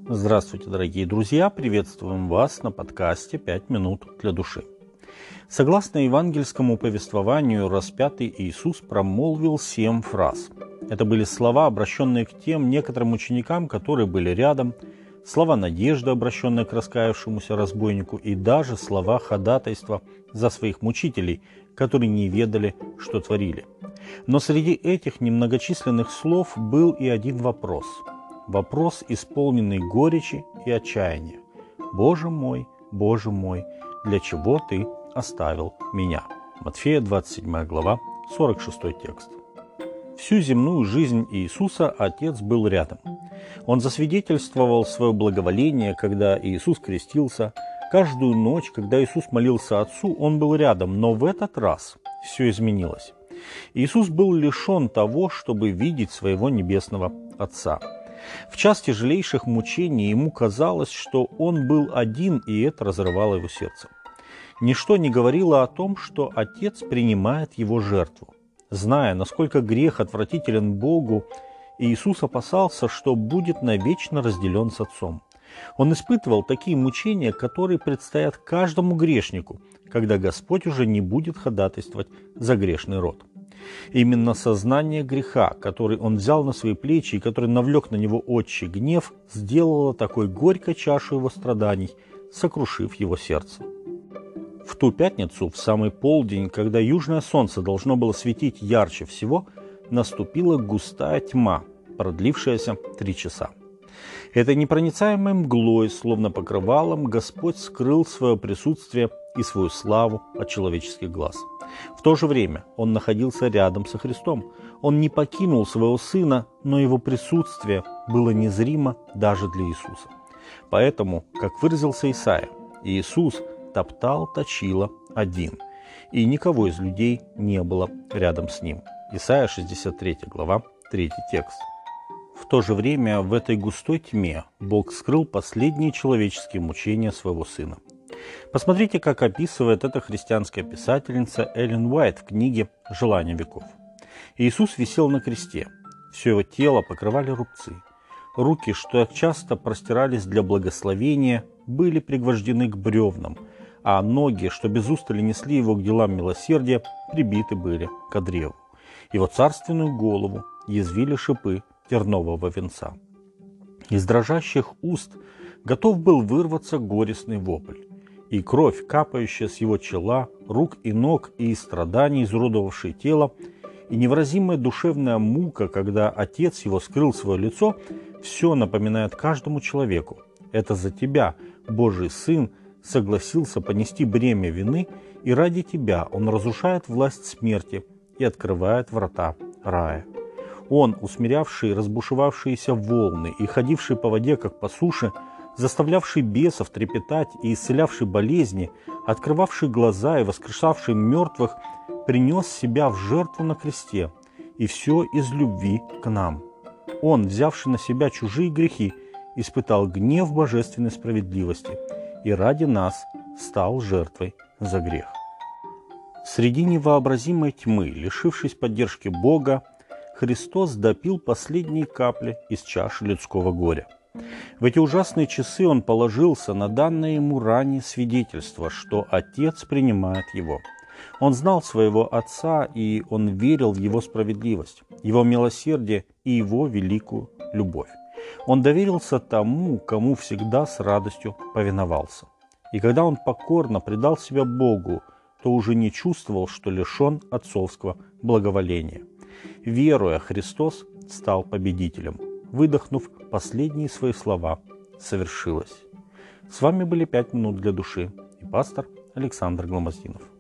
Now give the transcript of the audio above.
Здравствуйте, дорогие друзья! Приветствуем вас на подкасте «5 минут для души». Согласно евангельскому повествованию, распятый Иисус промолвил 7 фраз. Это были слова, обращенные к тем некоторым ученикам, которые были рядом, слова надежды, обращенные к раскаявшемуся разбойнику, и даже слова ходатайства за своих мучителей, которые не ведали, что творили. Но среди этих немногочисленных слов был и один вопрос. Вопрос, исполненный горечи и отчаяния. Боже мой, для чего Ты оставил меня?» Матфея 27 глава, 46 текст. Всю земную жизнь Иисуса Отец был рядом. Он засвидетельствовал свое благоволение, когда Иисус крестился. Каждую ночь, когда Иисус молился Отцу, Он был рядом, но в этот раз все изменилось. Иисус был лишен того, чтобы видеть своего небесного Отца. В час тяжелейших мучений ему казалось, что он был один, и это разрывало его сердце. Ничто не говорило о том, что Отец принимает его жертву. Зная, насколько грех отвратителен Богу, Иисус опасался, что будет навечно разделен с Отцом. Он испытывал такие мучения, которые предстоят каждому грешнику, когда Господь уже не будет ходатайствовать за грешный род. Именно сознание греха, который он взял на свои плечи и который навлек на него отчий гнев, сделало такой горькой чашу его страданий, сокрушив его сердце. В ту пятницу, в самый полдень, когда южное солнце должно было светить ярче всего, наступила густая тьма, продлившаяся 3 часа. Этой непроницаемой мглой, словно покрывалом, Господь скрыл свое присутствие и свою славу от человеческих глаз. В то же время Он находился рядом со Христом. Он не покинул своего Сына, но Его присутствие было незримо даже для Иисуса. Поэтому, как выразился Исаия, Иисус топтал точило один, и никого из людей не было рядом с Ним. Исаия 63 глава, 3 текст. В то же время в этой густой тьме Бог скрыл последние человеческие мучения своего Сына. Посмотрите, как описывает это христианская писательница Эллен Уайт в книге «Желание веков». Иисус висел на кресте. Все его тело покрывали рубцы. Руки, что часто простирались для благословения, были пригвождены к бревнам, а ноги, что без устали несли его к делам милосердия, прибиты были ко древу. Его царственную голову язвили шипы тернового венца. Из дрожащих уст готов был вырваться горестный вопль. И кровь, капающая с его чела, рук и ног, и страданий, изуродовавшие тело, и невыразимая душевная мука, когда Отец его скрыл свое лицо, все напоминает каждому человеку. Это за тебя, Божий Сын, согласился понести бремя вины, и ради тебя Он разрушает власть смерти и открывает врата рая. Он, усмирявший разбушевавшиеся волны и ходивший по воде, как по суше, заставлявший бесов трепетать и исцелявший болезни, открывавший глаза и воскрешавший мертвых, принес себя в жертву на кресте, и все из любви к нам. Он, взявший на себя чужие грехи, испытал гнев божественной справедливости и ради нас стал жертвой за грех. Среди невообразимой тьмы, лишившись поддержки Бога, Христос допил последние капли из чаши людского горя. В эти ужасные часы Он положился на данное Ему ранее свидетельство, что Отец принимает Его. Он знал своего Отца, и Он верил в Его справедливость, Его милосердие и Его великую любовь. Он доверился тому, кому всегда с радостью повиновался. И когда Он покорно предал себя Богу, то уже не чувствовал, что лишен отцовского благоволения. Веруя, Христос стал победителем. Выдохнув последние свои слова, совершилось. С вами были 5 минут для души и пастор Александр Гломоздинов.